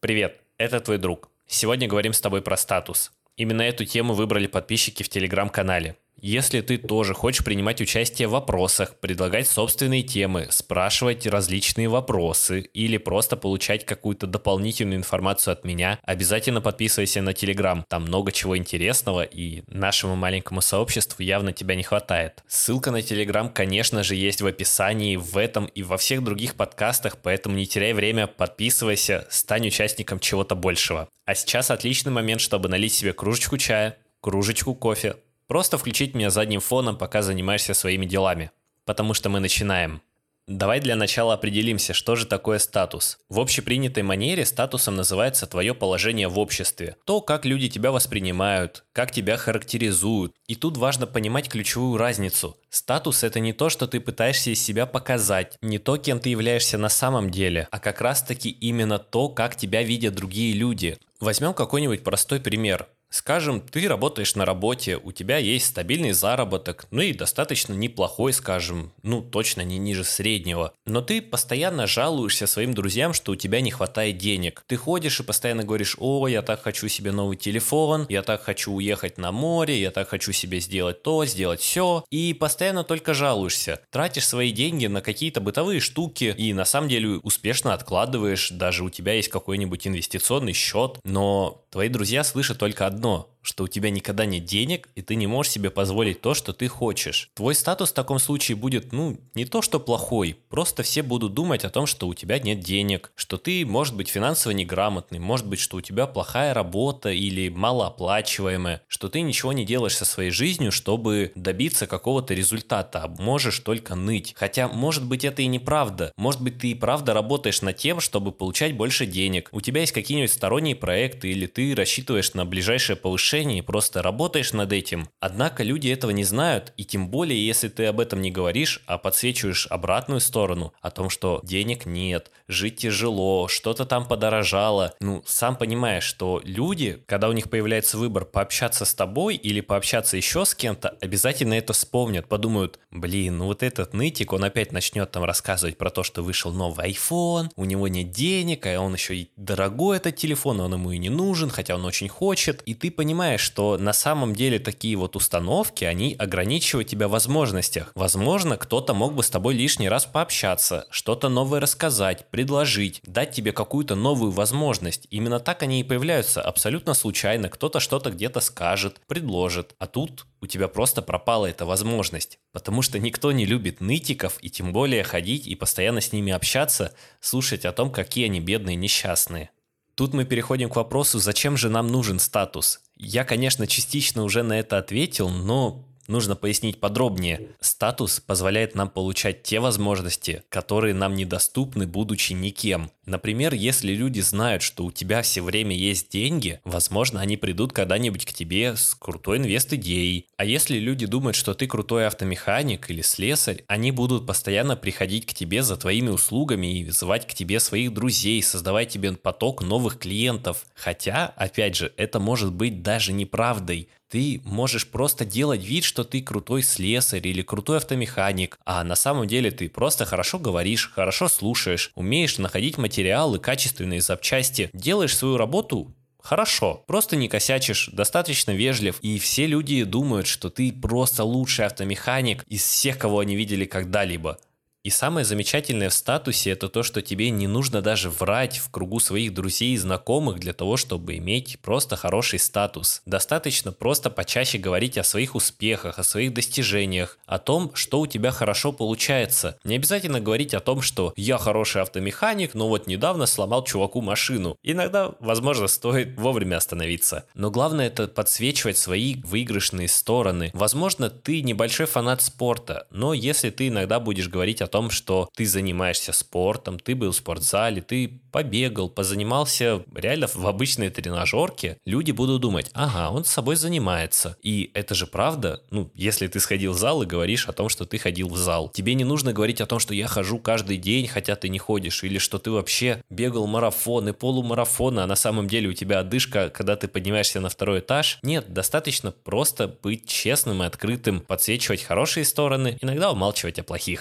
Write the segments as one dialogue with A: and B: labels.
A: Привет, это твой друг. Сегодня говорим с тобой про статус. Именно эту тему выбрали подписчики в телеграм-канале. Если ты тоже хочешь принимать участие в вопросах, предлагать собственные темы, спрашивать различные вопросы или просто получать какую-то дополнительную информацию от меня, обязательно подписывайся на Телеграм. Там много чего интересного, и нашему маленькому сообществу явно тебя не хватает. Ссылка на Телеграм, конечно же, есть в описании, в этом и во всех других подкастах, поэтому не теряй время, подписывайся, стань участником чего-то большего. А сейчас отличный момент, чтобы налить себе кружечку чая, кружечку кофе. Просто включить меня задним фоном, пока занимаешься своими делами. Потому что мы начинаем. Давай для начала определимся, что же такое статус. В общепринятой манере статусом называется твое положение в обществе. То, как люди тебя воспринимают, как тебя характеризуют. И тут важно понимать ключевую разницу. Статус – это не то, что ты пытаешься из себя показать, не то, кем ты являешься на самом деле, а как раз-таки именно то, как тебя видят другие люди. Возьмем какой-нибудь простой пример. Скажем, ты работаешь на работе, у тебя есть стабильный заработок, ну и достаточно неплохой, скажем, точно не ниже среднего. Но ты постоянно жалуешься своим друзьям, что у тебя не хватает денег. Ты ходишь и постоянно говоришь: «О, я так хочу себе новый телефон, я так хочу уехать на море, я так хочу себе сделать то, сделать все». И постоянно только жалуешься. Тратишь свои деньги на какие-то бытовые штуки и на самом деле успешно откладываешь, даже у тебя есть какой-нибудь инвестиционный счет, но твои друзья слышат только одно, что у тебя никогда нет денег, и ты не можешь себе позволить то, что ты хочешь. Твой статус в таком случае будет, не то что плохой, просто все будут думать о том, что у тебя нет денег, что ты, может быть, финансово неграмотный, может быть, что у тебя плохая работа или малооплачиваемая, что ты ничего не делаешь со своей жизнью, чтобы добиться какого-то результата, а можешь только ныть. Хотя, может быть, это и неправда. Может быть, ты и правда работаешь над тем, чтобы получать больше денег. У тебя есть какие-нибудь сторонние проекты, или ты рассчитываешь на ближайшее повышение и просто работаешь над этим. Однако люди этого не знают, и тем более, если ты об этом не говоришь, а подсвечиваешь обратную сторону, о том, что денег нет, жить тяжело, что-то там подорожало. Сам понимаешь, что люди, когда у них появляется выбор пообщаться с тобой или пообщаться еще с кем-то, обязательно это вспомнят, подумают: вот этот нытик, он опять начнет там рассказывать про то, что вышел новый iPhone, у него нет денег, а он еще и дорогой этот телефон, он ему и не нужен, хотя он очень хочет. И ты понимаешь, что на самом деле такие вот установки, они ограничивают тебя в возможностях. Возможно, кто-то мог бы с тобой лишний раз пообщаться, что-то новое рассказать, предложить, дать тебе какую-то новую возможность. Именно так они и появляются абсолютно случайно. Кто-то что-то где-то скажет, предложит, а тут у тебя просто пропала эта возможность. Потому что никто не любит нытиков, и тем более ходить и постоянно с ними общаться, слушать о том, какие они бедные и несчастные. Тут мы переходим к вопросу, зачем же нам нужен статус. Я, конечно, частично уже на это ответил, но нужно пояснить подробнее. Статус позволяет нам получать те возможности, которые нам недоступны, будучи никем. Например, если люди знают, что у тебя все время есть деньги, возможно, они придут когда-нибудь к тебе с крутой инвест-идеей. А если люди думают, что ты крутой автомеханик или слесарь, они будут постоянно приходить к тебе за твоими услугами и звать к тебе своих друзей, создавать тебе поток новых клиентов. Хотя, опять же, это может быть даже неправдой. Ты можешь просто делать вид, что ты крутой слесарь или крутой автомеханик, а на самом деле ты просто хорошо говоришь, хорошо слушаешь, умеешь находить материалы, качественные запчасти, делаешь свою работу хорошо, просто не косячишь, достаточно вежлив, и все люди думают, что ты просто лучший автомеханик из всех, кого они видели когда-либо. И самое замечательное в статусе – это то, что тебе не нужно даже врать в кругу своих друзей и знакомых для того, чтобы иметь просто хороший статус. Достаточно просто почаще говорить о своих успехах, о своих достижениях, о том, что у тебя хорошо получается. Не обязательно говорить о том, что я хороший автомеханик, но вот недавно сломал чуваку машину. Иногда, возможно, стоит вовремя остановиться. Но главное – это подсвечивать свои выигрышные стороны. Возможно, ты небольшой фанат спорта, но если ты иногда будешь говорить о том, что ты занимаешься спортом, ты был в спортзале, ты побегал, позанимался реально в обычной тренажерке, люди будут думать: ага, он с собой занимается. И это же правда. Если ты сходил в зал и говоришь о том, что ты ходил в зал. Тебе не нужно говорить о том, что я хожу каждый день, хотя ты не ходишь, или что ты вообще бегал марафоны, полумарафоны, а на самом деле у тебя одышка, когда ты поднимаешься на второй этаж. Нет, достаточно просто быть честным и открытым, подсвечивать хорошие стороны, иногда умалчивать о плохих.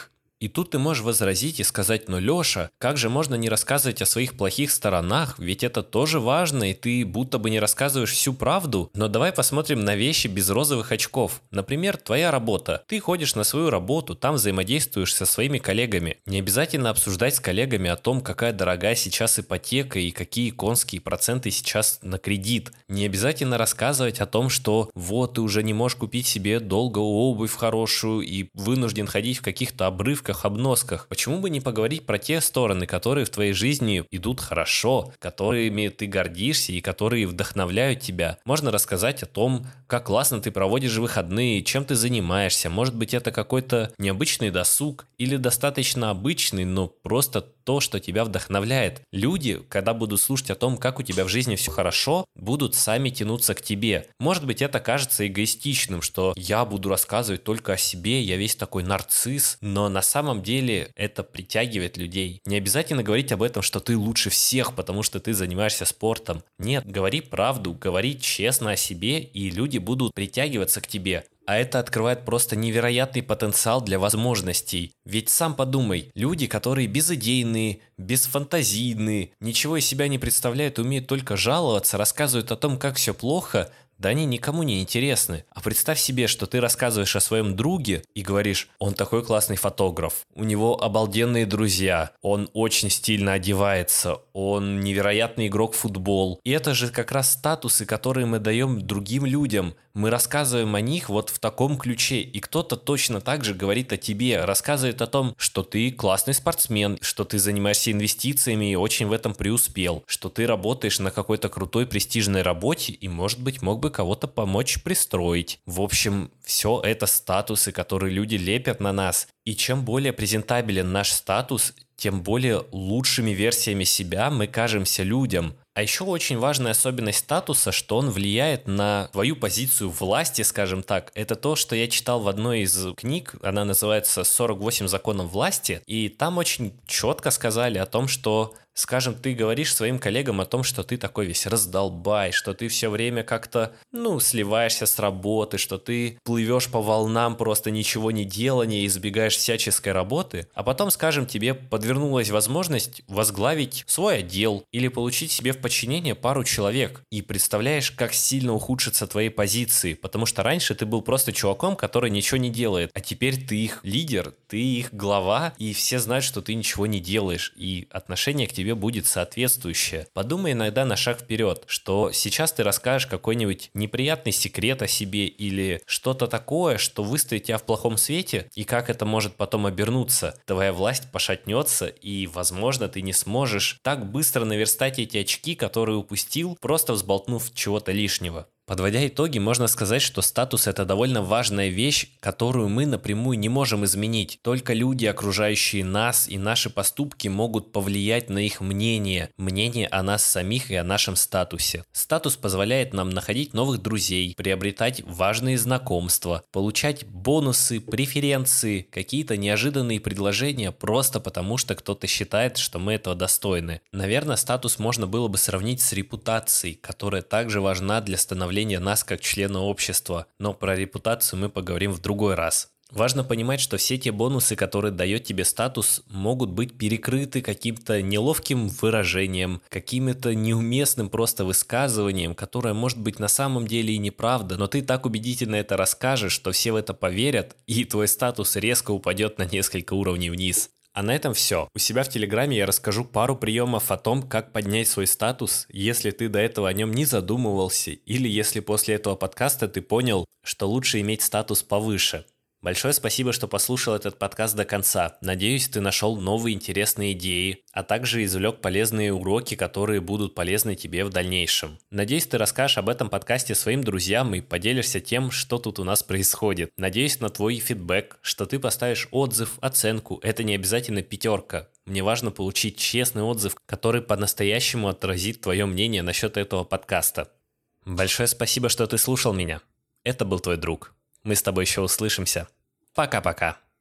A: И тут ты можешь возразить и сказать: ну, Леша, как же можно не рассказывать о своих плохих сторонах, ведь это тоже важно, и ты будто бы не рассказываешь всю правду. Но давай посмотрим на вещи без розовых очков. Например, твоя работа. Ты ходишь на свою работу, там взаимодействуешь со своими коллегами. Не обязательно обсуждать с коллегами о том, какая дорогая сейчас ипотека и какие конские проценты сейчас на кредит. Не обязательно рассказывать о том, что вот ты уже не можешь купить себе долго обувь хорошую и вынужден ходить в каких-то обрывках, обносках. Почему бы не поговорить про те стороны, которые в твоей жизни идут хорошо, которыми ты гордишься и которые вдохновляют тебя? Можно рассказать о том, как классно ты проводишь выходные, чем ты занимаешься. Может быть, это какой-то необычный досуг или достаточно обычный, но просто то, что тебя вдохновляет. Люди, когда будут слушать о том, как у тебя в жизни все хорошо, будут сами тянуться к тебе. Может быть, это кажется эгоистичным, что я буду рассказывать только о себе, я весь такой нарцисс, но на самом деле это притягивает людей. Не обязательно говорить об этом, что ты лучше всех, потому что ты занимаешься спортом. Нет, говори правду, говори честно о себе, и люди будут притягиваться к тебе. А это открывает просто невероятный потенциал для возможностей. Ведь сам подумай, люди, которые безыдейные, бесфантазийные, ничего из себя не представляют, умеют только жаловаться, рассказывают о том, как все плохо, да они никому не интересны. А представь себе, что ты рассказываешь о своем друге и говоришь: он такой классный фотограф, у него обалденные друзья, он очень стильно одевается, он невероятный игрок в футбол. И это же как раз статусы, которые мы даем другим людям. Мы рассказываем о них вот в таком ключе, и кто-то точно так же говорит о тебе, рассказывает о том, что ты классный спортсмен, что ты занимаешься инвестициями и очень в этом преуспел, что ты работаешь на какой-то крутой престижной работе и, может быть, мог бы кого-то помочь пристроить. В общем, все это статусы, которые люди лепят на нас. И чем более презентабелен наш статус, тем более лучшими версиями себя мы кажемся людям. А еще очень важная особенность статуса, что он влияет на твою позицию власти, скажем так. Это то, что я читал в одной из книг, она называется «48 законов власти», и там очень четко сказали о том, что, скажем, ты говоришь своим коллегам о том, что ты такой весь раздолбай, что ты все время как-то, сливаешься с работы, что ты плывешь по волнам просто ничего не делания, избегаешь всяческой работы, а потом, скажем, тебе подвернулась возможность возглавить свой отдел или получить себе в подчинение пару человек, и представляешь, как сильно ухудшатся твои позиции, потому что раньше ты был просто чуваком, который ничего не делает, а теперь ты их лидер, ты их глава, и все знают, что ты ничего не делаешь, и отношение к тебе будет соответствующее. Подумай иногда на шаг вперед, что сейчас ты расскажешь какой-нибудь неприятный секрет о себе или что-то такое, что выставит тебя в плохом свете, и как это может потом обернуться. Твоя власть пошатнется, и, возможно, ты не сможешь так быстро наверстать эти очки, которые упустил, просто взболтнув чего-то лишнего. Подводя итоги, можно сказать, что статус – это довольно важная вещь, которую мы напрямую не можем изменить. Только люди, окружающие нас, и наши поступки могут повлиять на их мнение о нас самих и о нашем статусе. Статус позволяет нам находить новых друзей, приобретать важные знакомства, получать бонусы, преференции, какие-то неожиданные предложения просто потому, что кто-то считает, что мы этого достойны. Наверное, статус можно было бы сравнить с репутацией, которая также важна для становления нас как члена общества, но про репутацию мы поговорим в другой раз. Важно понимать, что все те бонусы, которые дает тебе статус, могут быть перекрыты каким-то неловким выражением, каким-то неуместным просто высказыванием, которое может быть на самом деле и неправда, но ты так убедительно это расскажешь, что все в это поверят, и твой статус резко упадет на несколько уровней вниз. А на этом все. У себя в Телеграме я расскажу пару приемов о том, как поднять свой статус, если ты до этого о нем не задумывался, или если после этого подкаста ты понял, что лучше иметь статус повыше. Большое спасибо, что послушал этот подкаст до конца. Надеюсь, ты нашел новые интересные идеи, а также извлек полезные уроки, которые будут полезны тебе в дальнейшем. Надеюсь, ты расскажешь об этом подкасте своим друзьям и поделишься тем, что тут у нас происходит. Надеюсь на твой фидбэк, что ты поставишь отзыв, оценку. Это не обязательно 5. Мне важно получить честный отзыв, который по-настоящему отразит твое мнение насчет этого подкаста. Большое спасибо, что ты слушал меня. Это был твой друг. Мы с тобой еще услышимся. Пока-пока.